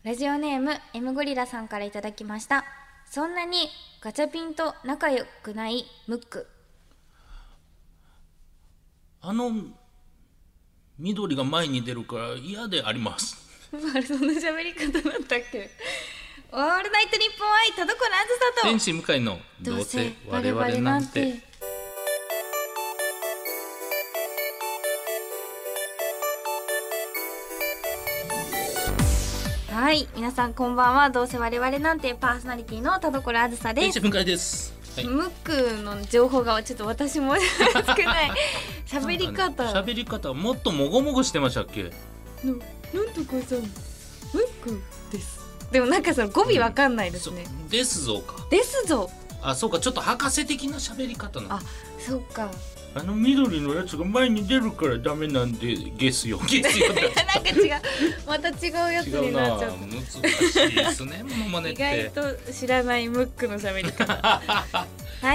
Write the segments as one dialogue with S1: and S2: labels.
S1: ラジオネーム M ゴリラさんからいただきました。そんなにガチャピンと仲良くないムック。
S2: 緑が前に出るから嫌であります。
S1: そんな喋り方だったっけ。オールナイトニッポン愛田所あずさと
S2: 天使向かいのどうせ我々なんて。
S1: はい、皆さんこんばんは。どうせ我々なんてパーソナリティの田所あずさです。
S2: 天使向かいです、はい、
S1: ムックの情報がちょっと私も少ない喋り
S2: 方もっともごもごしてましたっけ。
S1: なんとかさんムックです。でもなんかその語尾わかんないですね、
S2: ですぞか
S1: ですぞ。
S2: あ、そうか、ちょっと博士的な喋り方なの。
S1: あ、そうか。
S2: 緑のやつが前に出るからダメなんでゲスよなんか
S1: 違う、また違うやつになっちゃった。
S2: 難しいですねモノマネって。
S1: 意外と知らないムックの喋り方はい、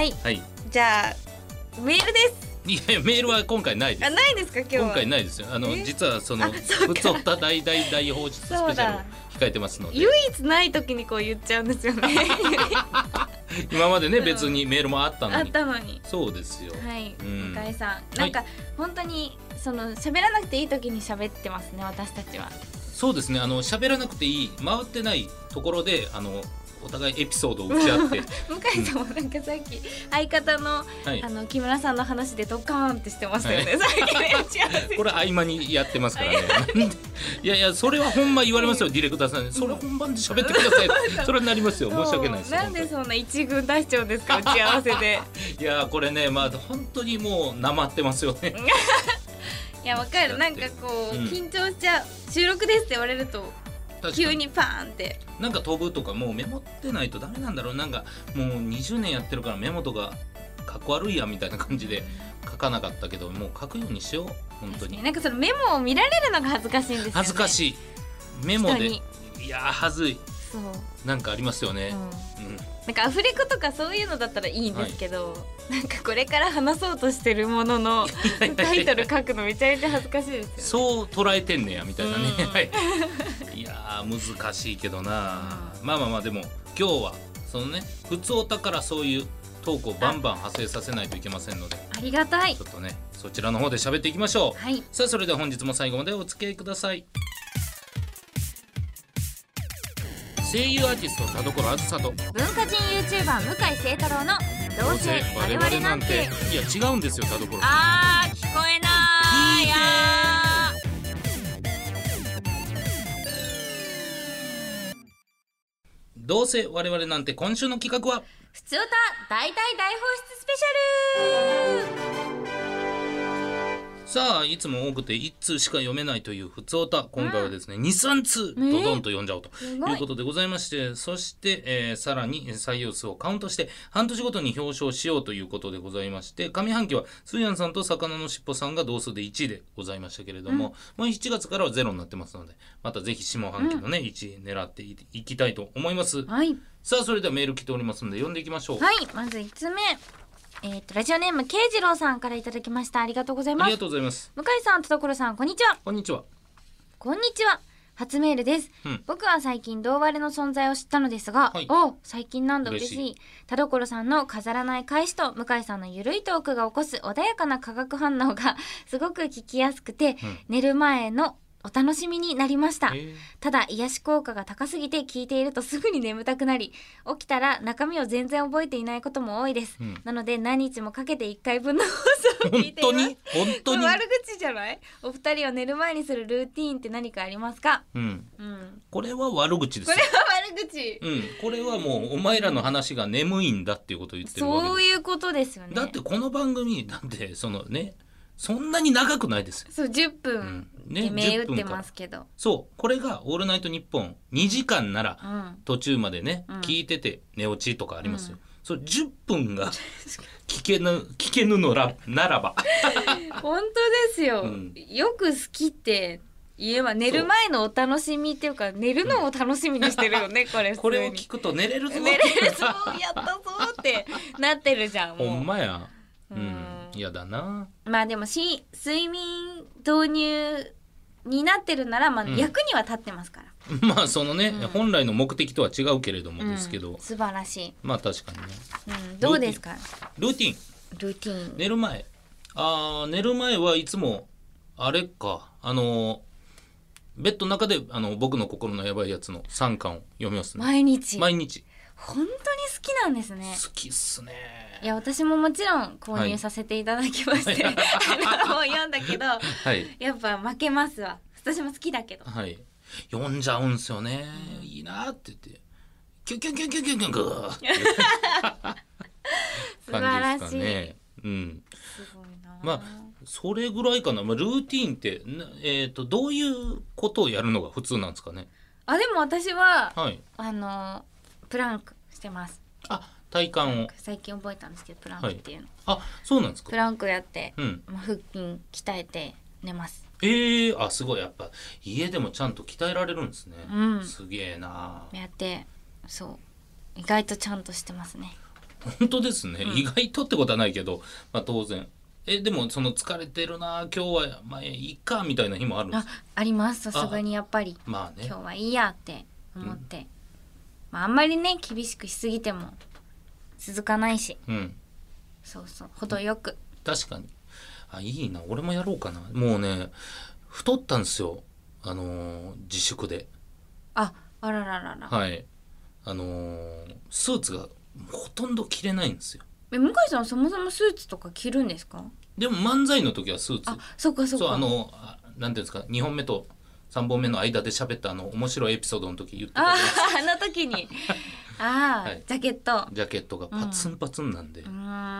S1: はい、じゃあメールです。
S2: いやメールは今回ないです。
S1: あ、ないですか。今日は
S2: 今回ないですよ。実はそのふつおた大放出スペシャル控えてますので、
S1: 唯一ない時にこう言っちゃうんですよね
S2: 今までね、別にメールもあったのに。そうですよ。
S1: はい、向井さん、なんか、本当にその喋らなくていい時に喋ってますね、私たちは。
S2: そうですね。喋らなくていい、回ってないところでお互いエピソードを打ち合って
S1: 向井さんもなんかさっき相方の、木村さんの話でドカーンってしてましたよね、さっきね。
S2: これ合間にやってますからねいやそれはほんま言われますよ、ディレクターさんに。それ本番で喋ってくださいそれはなりますよ。申し訳ないです。
S1: なんでそんな一軍出しちゃうんですか、打ち合わせで
S2: いやこれね、まあ本当にもうなまってますよね
S1: いやわかる。なんかこう、緊張しちゃう。収録ですって言われると急にパーンって
S2: なんか飛ぶとか、もうメモってないとダメなんだろう。なんかもう20年やってるからメモとかかっこ悪いやみたいな感じで書かなかったけど、もう書くようにしよう本当に。
S1: なんかそのメモを見られるのが恥ずかしいんですよね。
S2: 恥ずかしい。メモでいや恥ずい。
S1: そう
S2: なんかありますよね、
S1: なんかアフレコとかそういうのだったらいいんですけど、なんかこれから話そうとしてるもののタイトル書くのめちゃめちゃ恥ずかしいですよね。
S2: そう捉えてんねやみたいなね、いや難しいけどな、まあでも今日はそのね、ふつおたからそういうトークをバンバン派生させないといけませんので、
S1: ありがたい。
S2: ちょっとねそちらの方で喋っていきましょう、さあそれでは本日も最後までお付き合いください。声優アーティスト田所あずさと
S1: 文化人 YouTuber 向井聖太郎のどうせ我々なんて。
S2: いや違うんですよ田所。
S1: 聞こえないや
S2: どうせ我々なんて。今週の企画は
S1: ふつおた大放出スペシャル。
S2: さあいつも多くて1通しか読めないというふつおた、今回はですね、2,3 通ドドンと読んじゃおうということでございまして、そして、さらに採用数をカウントして半年ごとに表彰しようということでございまして、上半期はスーヤンさんと魚のしっぽさんが同数で1位でございましたけれども、もう7月からはゼロになってますので、またぜひ下半期のね、1位狙っていきたいと思います、さあそれではメール来ておりますので読んでいきましょう。
S1: まず1つ目、ラジオネーム慶次郎さんからいただきました。ありがとうございます。
S2: ありがとうございます。
S1: 向井さん、田所さん、こんにちは。
S2: こんにちは。
S1: こんにちは。初メールです、僕は最近同割れの存在を知ったのですが、最近なんだ嬉しい。田所さんの飾らない返しと向井さんのゆるいトークが起こす穏やかな化学反応がすごく聞きやすくて、寝る前のお楽しみになりました。ただ癒し効果が高すぎて聞いているとすぐに眠たくなり、起きたら中身を全然覚えていないことも多いです、なので何日もかけて1回分の放送を聞いています。
S2: 本当に
S1: 悪口じゃない？お二人は寝る前にするルーティーンって何かありますか？
S2: これは悪口です。
S1: これは悪口。
S2: これはもうお前らの話が眠いんだっていうことを言ってるわけです。
S1: そういうことですよね。
S2: だってこの番組だってそのね、そんなに長くないですよ。
S1: そう10分で銘打ってますけど、
S2: そうこれがオールナイトニッポン2時間なら、途中までね、聞いてて寝落ちとかありますよ、それ10分が聞けぬのならば
S1: 本当ですよ、よく好きって言えば寝る前のお楽しみっていうか、寝るのを楽しみにしてるよね、これ
S2: これを聞くと寝れるぞ
S1: やったぞってなってるじゃん。もう
S2: ほんまや。嫌だな。
S1: まあでも睡眠導入になってるなら、まあ、役には立ってますから、
S2: まあそのね、本来の目的とは違うけれどもですけど、
S1: 素晴らしい。
S2: まあ確かにね、
S1: どうですか
S2: ルーティン。
S1: ルーティン。
S2: 寝る前、寝る前はいつもあれか、ベッドの中で僕の心のやばいやつの3巻を読みますね。
S1: 毎日本当に好きなんですね。
S2: 好きっすね。
S1: いや私ももちろん購入させていただきまして、もう読んだけど、やっぱ負けますわ。私も好きだけど、
S2: 読んじゃうんすよね、いいなって言ってキュンキュンキュンキュンキュンキュングーって
S1: 素晴らしい、
S2: 感じですかね。
S1: すごいな。
S2: まあそれぐらいかな。ルーティーンってどういうことをやるのが普通なんですかね。
S1: でも私は、プランクしてます。
S2: 体幹を
S1: 最近覚えたんですけど、プランクっていうの、
S2: そうなんですか。
S1: プランクやって、腹筋鍛えて寝ます。
S2: すごい。やっぱ家でもちゃんと鍛えられるんですね、すげえな。
S1: やってそう意外とちゃんとしてますね。
S2: 本当ですね、意外とってことはないけど、まあ当然でもその疲れてるな今日はまあいっかみたいな日もあるんですか。
S1: あります。さすがにやっぱり、今日はいいやって思って、あんまりね厳しくしすぎても続かないし、そう程よく。
S2: 確かに。いいな、俺もやろうかな。もうね太ったんですよ、自粛で。
S1: あらららら。
S2: スーツがほとんど着れないんですよ。
S1: 向井さんそもそもスーツとか着るんですか。
S2: でも漫才の時はスーツ。
S1: そうか。
S2: そうなんていうんですか、2本目と3本目の間で喋った面白いエピソードの時言ってた
S1: あの時にジャケット
S2: がパツンパツンなんで、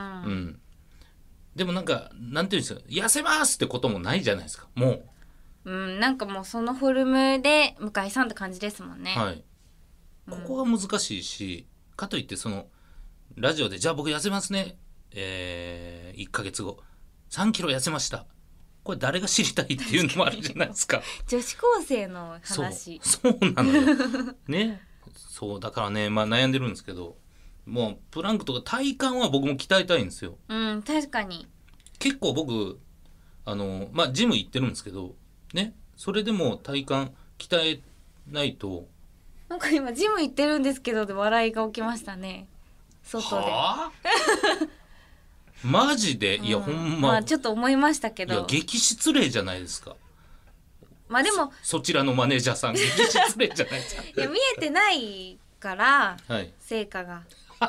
S2: でもなんかなんていうんですか、痩せますってこともないじゃないですかもう。
S1: なんかもうそのフォルムで向井さんって感じですもんね。
S2: ここが難しいし、かといってそのラジオでじゃあ僕痩せますね、1ヶ月後3キロ痩せました、これ誰が知りたいっていうのもあるじゃないですか
S1: 女子高生の話。
S2: そうなのよね。そうだからね、まあ悩んでるんですけど、もうプランクとか体幹は僕も鍛えたいんですよ。
S1: 確かに。
S2: 結構僕ジム行ってるんですけどね、それでも体幹鍛えないと。
S1: なんか今ジム行ってるんですけどで笑いが起きましたね、外で。
S2: マジで、いやほんま、
S1: ちょっと思いましたけど。
S2: いや激失礼じゃないですか。
S1: でも
S2: そちらのマネージャーさん激失礼じゃないですか。
S1: いや見えてないから、成果が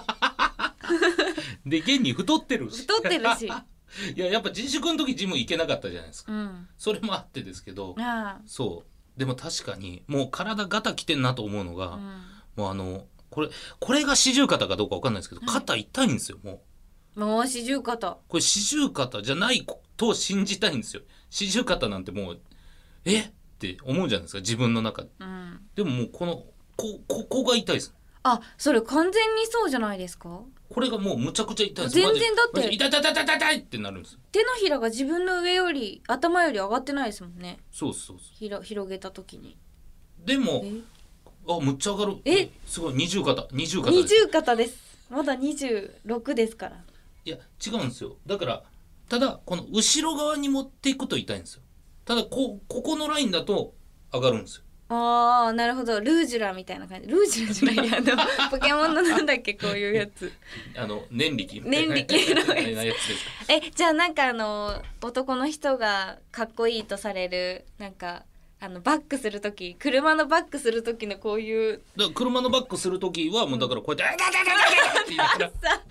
S2: で現に太ってるしいややっぱ自粛の時ジム行けなかったじゃないですか、それもあってですけど、そうでも確かにもう体ガタきてんなと思うのが、もうこれが四十肩かどうか分かんないですけど、肩痛いんですよ。も
S1: う四十肩、
S2: これ四十肩じゃないと信じたいんですよ。四十肩なんてもうって思うじゃないですか自分の中で、でももうここが痛いです。
S1: それ完全にそうじゃないですか。
S2: これがもうむちゃくちゃ痛いです。
S1: 全然だって
S2: 痛いってなるんです。
S1: 手のひらが自分の上より頭より上がってないですもんね。
S2: そう
S1: 広げた時に。
S2: でもむっちゃ上がる。すごい二重肩
S1: です。まだ26ですから。
S2: いや違うんですよ。だからただこの後ろ側に持っていくと痛いんですよ。ただここのラインだと上がるんですよ。
S1: なるほど。ルージュラみたいな感じ。ルージュラじゃないポケモンのなんだっけこういうやつ
S2: 念力
S1: のやつですじゃあなんか男の人がかっこいいとされるなんかバックする時、車のバックする時のこういう、
S2: だから車のバックする時はもうだからこうやってって言いながら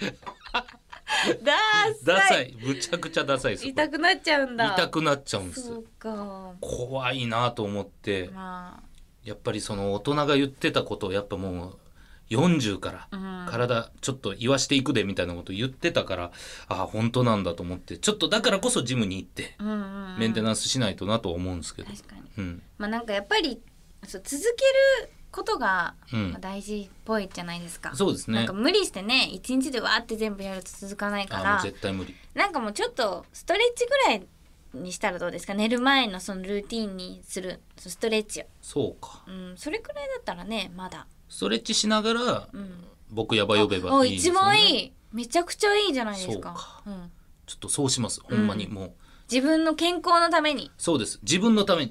S2: ダサい、むちゃくちゃダサいです。
S1: 痛くなっちゃうんだ。
S2: 痛くなっちゃうんです。
S1: そうか。
S2: 怖いなと思って、やっぱりその大人が言ってたことをやっぱもう40から体ちょっと言わしていくでみたいなこと言ってたから、本当なんだと思って、ちょっとだからこそジムに行ってメンテナンスしないとなと思うんですけど。
S1: 確かに、なんかやっぱり続けることが大事っぽいじゃないですか。
S2: そうですね。
S1: なんか無理してね一日でわーって全部やると続かないから、
S2: もう絶対無理。
S1: なんかもうちょっとストレッチぐらいにしたらどうですか。寝る前のそのルーティンにするストレッチを。
S2: そうか、
S1: それくらいだったらねまだ
S2: ストレッチしながら、僕やば呼べばいいですよね。
S1: 一番いい。めちゃくちゃいいじゃないですか。
S2: そうか、ちょっとそうします。ほんまにもう
S1: 自分の健康のために。
S2: そうです。自分のために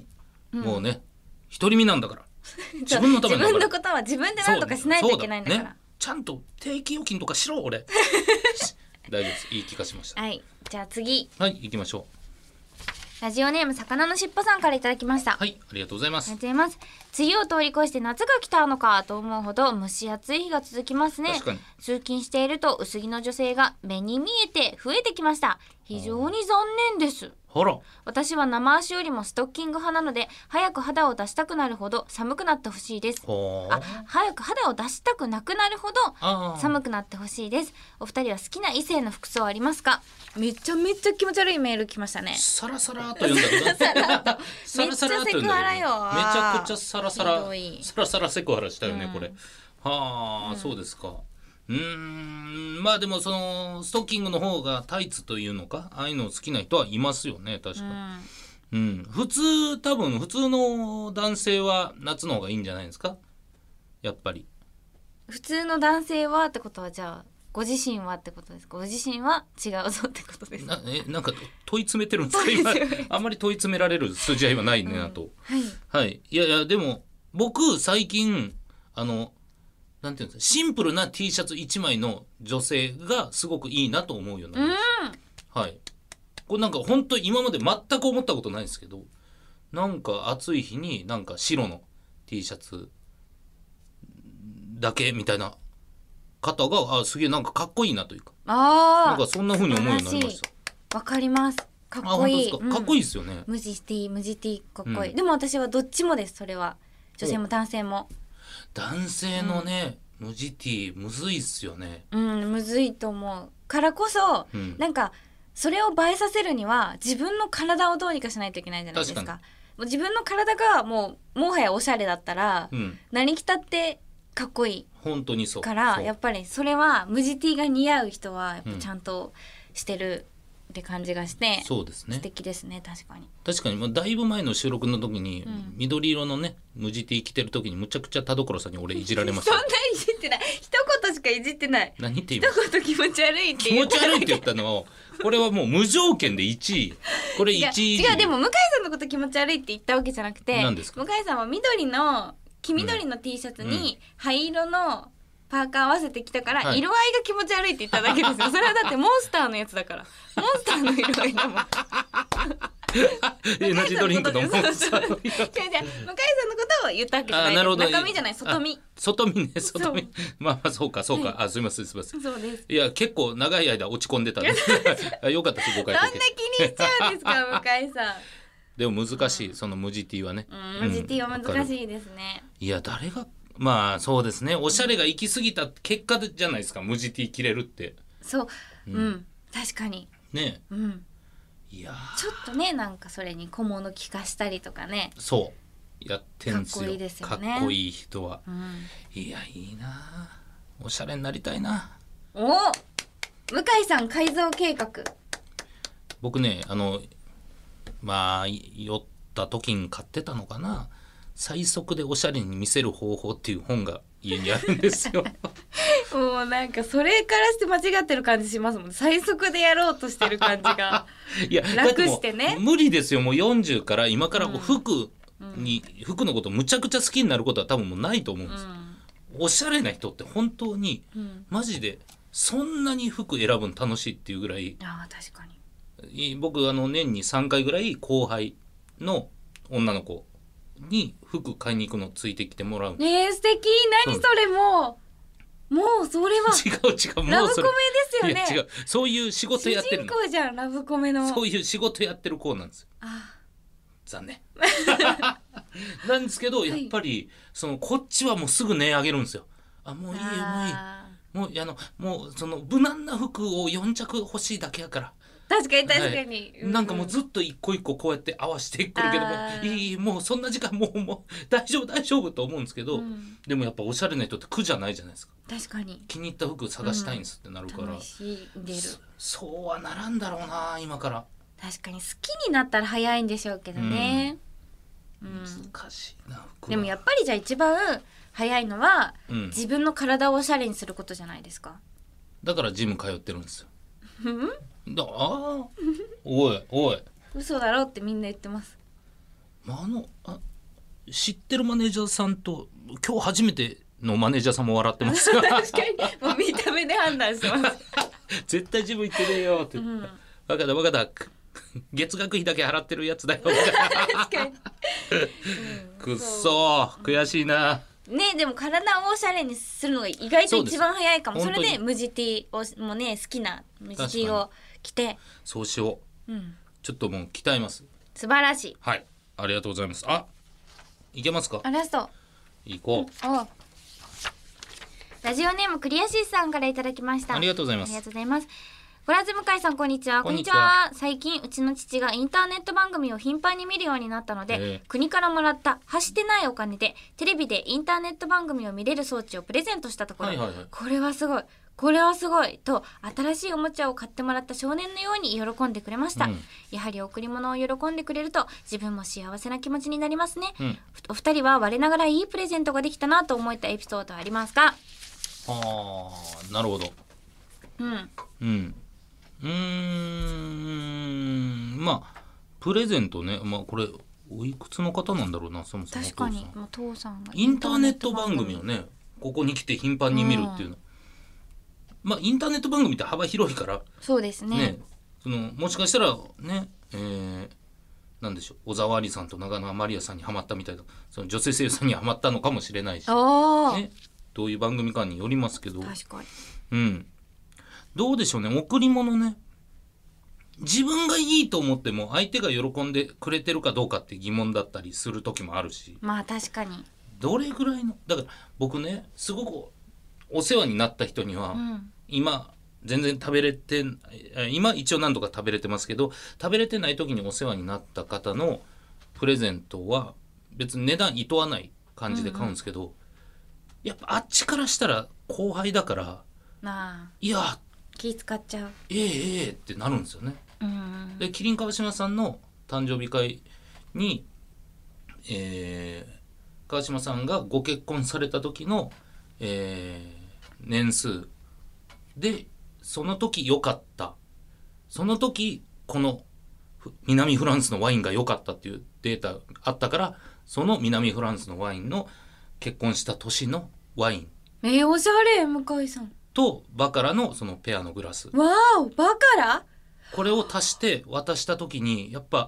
S2: もうね独り身なんだから自分のため
S1: 自分のことは自分で何とかしないといけないんだから、
S2: ね、ちゃんと定期預金とかしろ俺大丈夫です、言い聞かしました。
S1: はい、じゃあ次、
S2: はい行きましょう。
S1: ラジオネーム魚のしっぽさんからいただきました。
S2: はい、ありがとうございます。
S1: ありがとうございます。梅雨を通り越して夏が来たのかと思うほど蒸し暑い日が続きますね。
S2: 確かに
S1: 通勤していると薄着の女性が目に見えて増えてきました。非常に残念です。
S2: ほら
S1: 私は生足よりもストッキング派なので早く肌を出したくなるほど寒くなってほしいです。早く肌を出したくなくなるほど寒くなってほしいです。お二人は好きな異性の服装ありますか？めちゃめちゃ気持ち悪いメール来ましたね。
S2: サラサラと読んだけどサラサラと読んだけどめちゃくちゃサラサラセクハラしたよね、これ。はあ、そうですか。まあでもそのストッキングの方がタイツというのかああいうの好きな人はいますよね、確かに。多分普通の男性は夏の方がいいんじゃないですか、やっぱり。
S1: 普通の男性はってことは、じゃあご自身はってことですか？ご自身は違うぞってことですか？
S2: なんか問い詰めてるんですか今あんまり問い詰められる筋合いはないね、と。はい、いやでも僕最近なんていうんですか、シンプルな T シャツ1枚の女性がすごくいいなと思うようになりました。はい、これなんか本当今まで全く思ったことないですけど、なんか暑い日になんか白の T シャツだけみたいな方がすげえなんかかっこいいなというか、なんかそんな風に思うようになりました。
S1: わかります。かっこいい。
S2: かっこいいですよね。
S1: 無地 T かっこいい。でも私はどっちもです。それは女性も男性も。
S2: 男性のね、無地 T むずいっすよね。
S1: むずいと思うからこそ、なんかそれを映えさせるには自分の体をどうにかしないといけないじゃないですか。もう自分の体がもはやおしゃれだったら、何着たってかっこいい。
S2: 本当にそう
S1: からやっぱりそれは無地 T が似合う人はやっぱちゃんとしてるって感じがして、
S2: そうですね、
S1: 素敵ですね。確かに
S2: もうだいぶ前の収録の時に、緑色のね無地 T 着てる時にむちゃくちゃ田所さんに俺いじられました。
S1: そんないじってない、一言しかいじってない。
S2: 何って言いま
S1: 一言気持ち悪いって
S2: 言った。気持ち悪いって言ったのをこれはもう無条件で1位、これ1位。
S1: 違う、でも向井さんのこと気持ち悪いって言ったわけじゃなくて、向井さんは黄緑の T シャツに灰色のパーカー合わせてきたから、色合いが気持ち悪いって言っただけですよ。それはだってモンスターのやつだから。モンスターの色合いだもん。
S2: エナジードリンクのモンスターの色。
S1: 向井さんのことを言ったわけじゃないです。中身じゃない、外見。
S2: 外見。まあそうか。すいません。そうです。いや結構長い間落ち込んでたんでよかったです、誤解解決。
S1: なんで気にしちゃうんですか向井さん。
S2: でも難しい、その無地 T はね。
S1: 無地 T は難しいですね。
S2: いや誰が、まあそうですね、おしゃれが行き過ぎた結果じゃないですか、無地 T 着れるって。
S1: そう、確かに
S2: ね。いや
S1: ちょっとね、なんかそれに小物着かしたりとかね、
S2: そうやってんすよ。
S1: かっこいいですよね。
S2: かっこいい人は、いやいいな、おしゃれになりたいな。
S1: 向井さん改造計画。
S2: 僕ねまあ酔った時に買ってたのかな、最速でおしゃれに見せる方法っていう本が家にあるんですよ
S1: もうなんかそれからして間違ってる感じしますもん。最速でやろうとしてる感じが
S2: いや
S1: 楽してね。
S2: 無理ですよ、もう40から今から服のことむちゃくちゃ好きになることは多分もうないと思うんですよ。おしゃれな人って本当に、マジでそんなに服選ぶの楽しいっていうぐらい。
S1: 確か
S2: に僕年に3回ぐらい後輩の女の子に服買いに行くのついてきてもらう。
S1: 素敵。何それ、もうそれは
S2: 違う
S1: ラブコメですよね。
S2: いや違う、そういう仕事やってるの。
S1: 主人公じゃん、ラブコメの。
S2: そういう仕事やってる子なんですよ。残念なんですけど、やっぱりこっちはもうすぐ値上げるんですよ。もういいよ、もうその無難な服を4着欲しいだけやから。
S1: 確かに、
S2: なんかもうずっと一個一個こうやって合わせてくるけども、もうそんな時間もう大丈夫と思うんですけど、でもやっぱおしゃれな人って苦じゃないじゃないですか。
S1: 確かに
S2: 気に入った服探したいんですってなるから、そうはならんだろうな今から。
S1: 確かに好きになったら早いんでしょうけどね。
S2: 難しいな服は。で
S1: もやっぱりじゃあ一番早いのは、自分の体をおしゃれにすることじゃないですか。
S2: だからジム通ってるんですよおい
S1: 嘘だろってみんな言ってます。
S2: 知ってるマネージャーさんと今日初めてのマネージャーさんも笑ってます
S1: 確かにもう見た目で判断してます
S2: 絶対自分言ってねえよって、バカだバカだ月額費だけ払ってるやつだよみたいな
S1: 確かに、
S2: くっそ悔しいな
S1: ね。でも体をおしゃれにするのが意外と一番早いかも。 それで無地 T をもね、好きな無地 T を着て
S2: そうしよう、ちょっともう鍛えます。
S1: 素晴らしい。
S2: はい、ありがとうございます。いけますか。
S1: ラスト
S2: 行こう、
S1: ラジオネームクリアシスさんからいただきました。
S2: ありがとうございます。
S1: ありがとうございます。ゴラズ向井さん、こんにちは。
S2: こんにちは。
S1: 最近うちの父がインターネット番組を頻繁に見るようになったので、国からもらった発してないお金でテレビでインターネット番組を見れる装置をプレゼントしたところ、これはすごい、これはすごいと新しいおもちゃを買ってもらった少年のように喜んでくれました、やはり贈り物を喜んでくれると自分も幸せな気持ちになりますね、お二人は我ながらいいプレゼントができたなと思ったエピソードはありますか。
S2: なるほど。まあプレゼントね、これおいくつの方なんだろうな、そもそも。
S1: 確かにもう父さんが
S2: インターネット番組をねここに来て頻繁に見るっていうの、インターネット番組って幅広いから、
S1: そうですね。
S2: もしかしたらね、なんでしょう、小沢ありさんと長縄マリアさんにハマったみたいな、その女性声優さんにハマったのかもしれないし、ね、どういう番組かによりますけど、
S1: 確かに、
S2: どうでしょうね、贈り物ね。自分がいいと思っても相手が喜んでくれてるかどうかって疑問だったりする時もあるし、
S1: 確かに
S2: どれぐらいの、だから僕ね、すごくお世話になった人には、今全然食べれて、今一応何度か食べれてますけど、食べれてない時にお世話になった方のプレゼントは別に値段いとわない感じで買うんですけど、やっぱあっちからしたら後輩だから、いや
S1: 気使っちゃう、
S2: ってなるんですよね。でキリン川島さんの誕生日会に、川島さんがご結婚された時の、年数で、その時良かった、その時この南フランスのワインが良かったっていうデータあったから、その南フランスのワインの結婚した年のワイン、
S1: おしゃれ、向井さん
S2: とバカラのそのペアのグラス、
S1: わお、バカラ、
S2: これを足して渡した時にやっぱ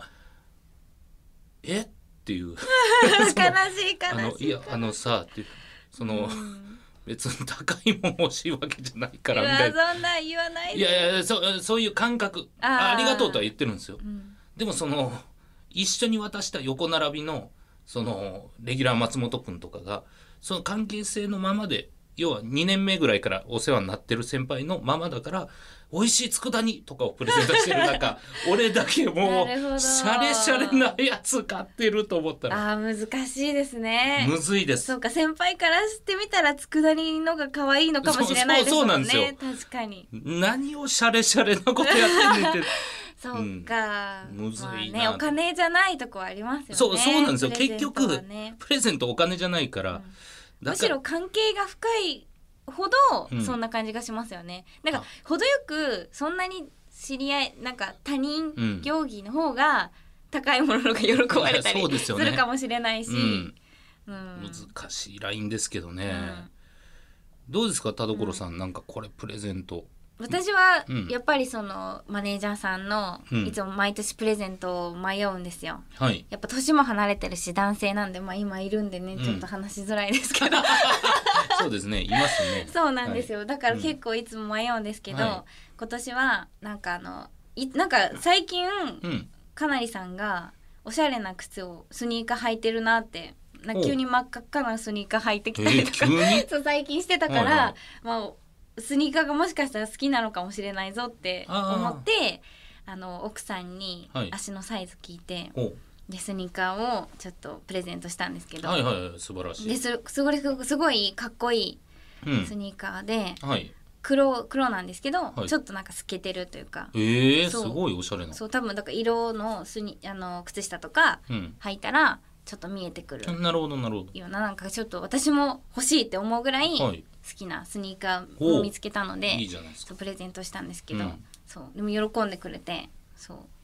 S2: っていう
S1: 悲しい
S2: いやさっていう、別に高いもん欲しいわけじゃないからみたいな、
S1: そんな言わないで。
S2: いやそういう感覚、ありがとうとは言ってるんですよ、でも一緒に渡した横並びのレギュラー松本くんとかがその関係性のままで、要は2年目ぐらいからお世話になってる先輩のままだから、美味しい佃煮とかをプレゼントしてる中俺だけもうシャレシャレなやつ買ってると思ったら、
S1: 難しいですね。
S2: むずいです。
S1: そうか、先輩からしてみたら佃煮のが可愛いのかもしれないですもんね。
S2: そうなんですよ。
S1: 確かに。
S2: 何をシャレシャレなことやってんねんって
S1: そうか、
S2: むずいな、
S1: お金じゃないとこはありますよね。
S2: そうなんですよ、結局プレゼントお金じゃないから、
S1: むしろ関係が深いほどそんな感じがしますよね、なんか程よくそんなに知り合い、なんか他人行儀の方が高いものが喜ばれたりするかもしれないし、
S2: 難しいラインですけどね、どうですか田所さん、なんかこれプレゼント。
S1: 私はやっぱりマネージャーさんのいつも毎年プレゼントを迷うんですよ、やっぱ年も離れてるし男性なんで、今いるんでね、ちょっと話しづらいですけど
S2: そうですね、いますね。
S1: そうなんですよ、だから結構いつも迷うんですけど、今年はなんか最近、かなりさんがおしゃれな靴をスニーカー履いてるなって、急に真っ赤っかなスニーカー履いてきたりとか、そう最近してたから、スニーカーがもしかしたら好きなのかもしれないぞって思って、奥さんに足のサイズ聞いて、でスニーカーをちょっとプレゼントしたんですけど、
S2: 素晴らしい。
S1: ですごいかっこいいスニーカーで、黒なんですけど、ちょっとなんか透けてるというか、
S2: すごいおしゃれな。
S1: そう、多分だから色の靴下とか履いたらちょっと見えてくる、
S2: なるほど
S1: ような、なんかちょっと私も欲しいって思うぐらい好きなスニーカーを見つけたので、プレゼントしたんですけど、そうでも喜んでくれて、そう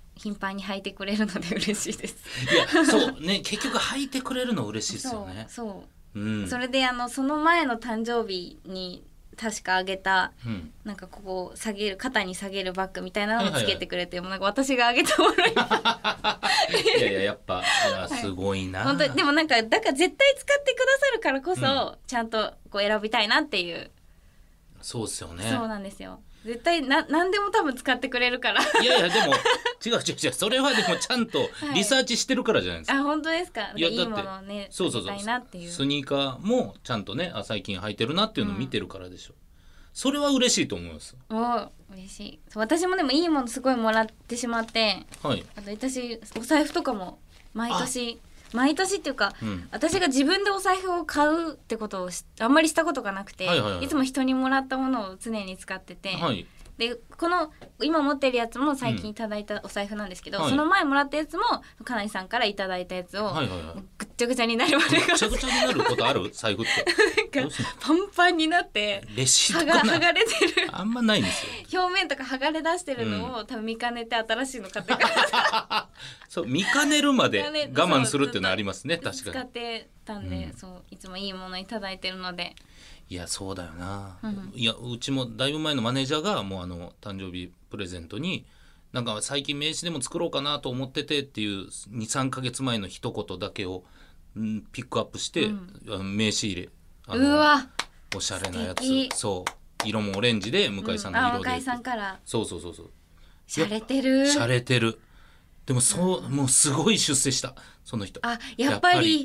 S1: 頻繁に履いてくれるので嬉しいです。
S2: いやそうね結局履いてくれるの嬉しいですよね。
S1: そう、
S2: うん、
S1: それでその前の誕生日に確かあげた、なんかここ下げる肩に下げるバッグみたいなのをつけてくれて、もうなんか私があげたものに
S2: いやいややっぱすごいな、
S1: 本当にでもなんかだから絶対使ってくださるからこそ、ちゃんとこう選びたいなっていう。
S2: そうですよね。
S1: そうなんですよ。絶対何でも多分使ってくれるから。
S2: いやいやでも違うそれはでもちゃんとリサーチしてるからじゃないですか。
S1: あ本当ですか。いいものをね
S2: そう
S1: あげたいなっていう。
S2: スニーカーもちゃんとね最近履いてるなっていうのを見てるからでしょ、それは嬉しいと思います。
S1: 嬉しい。そう私もでもいいものすごいもらってしまって、
S2: はい、
S1: あと私お財布とかも毎年っていうか、私が自分でお財布を買うってことをあんまりしたことがなくて、いつも人にもらったものを常に使ってて、でこの今持ってるやつも最近いただいたお財布なんですけど、その前もらったやつもかなりさんからいただいたやつを、ぐっちゃぐちゃになるまで
S2: ぐちゃぐちゃになることある財布って
S1: なんかパンパンになって
S2: レシート
S1: 剥がれてる
S2: あんまないんです
S1: よ。表面とか剥がれ出してるのを、多分見かねて新しいの買ってから
S2: そう見かねるまで我慢するっていうのはありますね。確かに
S1: 使ってたんで、そういつもいいものいただいてるので。
S2: いやそうだよな、いやうちもだいぶ前のマネージャーがもう誕生日プレゼントになんか最近名刺でも作ろうかなと思っててっていう 2,3 ヶ月前の一言だけを、ピックアップして、名刺入れ
S1: うわ
S2: おしゃれなやつ、そう色もオレンジで向井さんの色で、
S1: 向井さんから
S2: そう
S1: しゃれてる
S2: でももうすごい出世したその人。
S1: やっぱり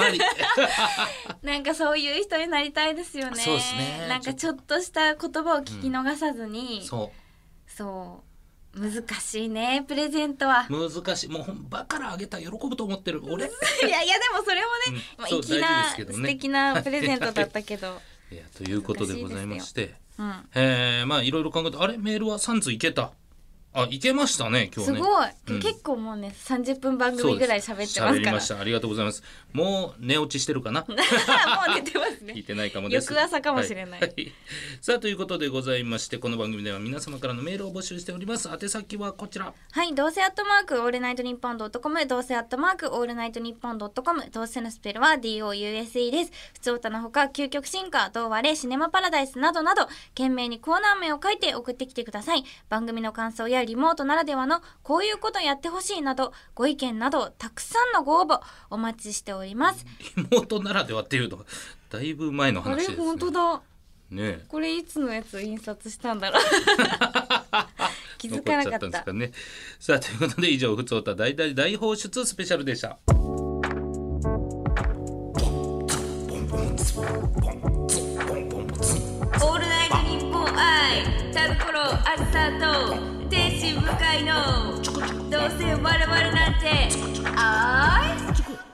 S2: なん
S1: かそういう人になりたいですよね。
S2: そうですね。
S1: なんかちょっとした言葉を聞き逃さずに、そう難しいねプレゼントは。
S2: 難しい。もうバカらあげたら喜ぶと思ってる俺。
S1: いやでもそれもね、粋な素敵なプレゼントだったけど
S2: いやということでございまして、まあいろいろ考えてメールは3通いけた。いけましたね今日ね。
S1: すごい、結構もうね30分番組ぐらい喋ってますから。
S2: 喋りました。ありがとうございます。もう寝落ちしてるかなもう
S1: 寝てますね。
S2: 聞いてないかもです。
S1: 翌朝かもしれない、
S2: さあということでございまして、この番組では皆様からのメールを募集しております。宛先はこちら。
S1: はい、どうせアットマークオールナイトニッポンドットコム、どうせアットマークオールナイトニッポンドットコム、どうせのスペルは DOUSE です。普通歌のほか究極進化、どうわれ、シネマパラダイスなどなど懸命にコーナー名を書いて送ってきてください。番組の感想やリモートならではのこういうことやってほしいなどご意見などたくさんのご応募お待ちしております。
S2: リモートならではっていうのはだいぶ前の話ですね。
S1: 本当だ
S2: ね。
S1: これいつのやつ印刷したんだろう気づかなかった。
S2: 残っちゃったんですかね。さあということで以上ふつおた大放出スペシャルでした。
S1: オールナイトニッポン愛田所あずさと天心向井のどうせ我々なんてあい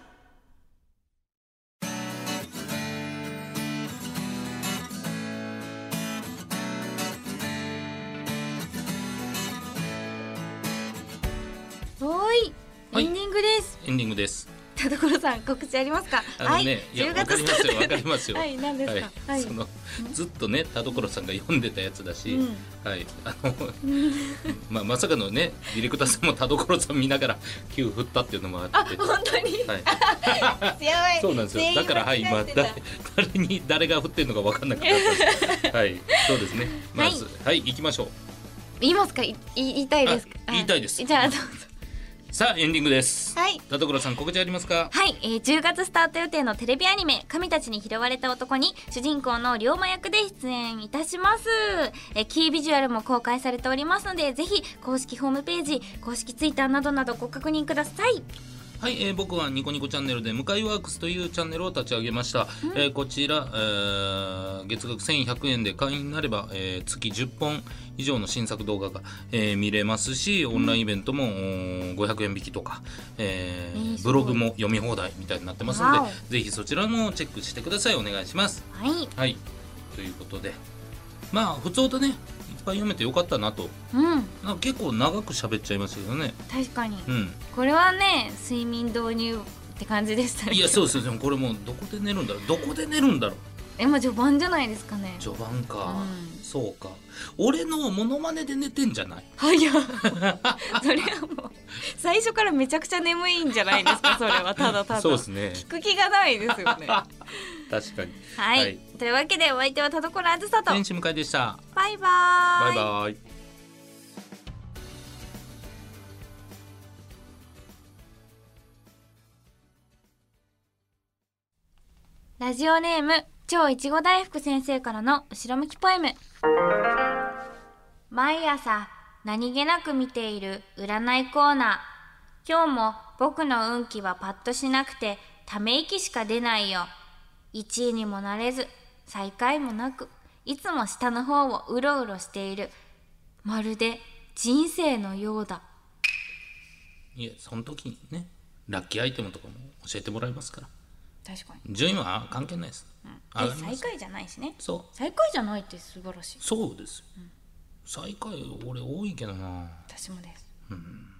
S1: エンディングです。
S2: エンディングです。
S1: 田所さん告知ありますか。
S2: いやわかりますよわかりますよ。
S1: はい何ですか。
S2: そのずっとね田所さんが読んでたやつだし、まさかのねディレクターさんも田所さん見ながら9振ったっていうのもあって。
S1: 本当に。強い。
S2: そうなんですよ。だから今誰が振ってるのか分かんなくなった。そうですね。まず行きましょう。
S1: 言いますか。言いたいですか。
S2: 言いたいです。
S1: じゃあどうぞ。
S2: さあエンディングです。田所さん告知ありますか。
S1: 10月スタート予定のテレビアニメ神たちに拾われた男に主人公の龍馬役で出演いたします。キービジュアルも公開されておりますのでぜひ公式ホームページ公式ツイッターなどご確認ください。
S2: 僕はニコニコチャンネルで向井ワークスというチャンネルを立ち上げました。こちら、月額1100円で会員になれば、月10本以上の新作動画が、見れますし、オンラインイベントも500円引きとか、ブログも読み放題みたいになってますのでぜひそちらもチェックしてください。お願いします。ということで普通とねいっぱい読めてよかったなと、なんか結構長く喋っちゃいましたけどね。
S1: 確かに、これはね睡眠導入って感じでしたね。
S2: いやそうですよ。これもうどこで寝るんだろう
S1: 今序盤じゃないですかね。
S2: 序盤か、そうか。俺のモノマネで寝てんじゃない？
S1: はいやそれはもう最初からめちゃくちゃ眠いんじゃないですか。それはただただ
S2: そうですね、
S1: 聞く気がないですよね
S2: 確かに。
S1: はい、というわけでお相手は田所あずさと
S2: 天使向井でした。
S1: バイバーイ。
S2: バイバイ。
S1: ラジオネーム超いちご大福先生からの後ろ向きポエム。毎朝何気なく見ている占いコーナー。今日も僕の運気はパッとしなくてため息しか出ないよ。1位にもなれず最下位もなく、いつも下の方をうろうろしている。まるで人生のようだ。
S2: いえ、その時にね、ラッキーアイテムとかも教えてもらいますから。
S1: 確かに
S2: 順位は関係ないです、
S1: 最下位じゃないしね。
S2: そう、
S1: 最下位じゃないって素晴らしい。
S2: そうですよ、最下位俺多いけどな。
S1: 私もです。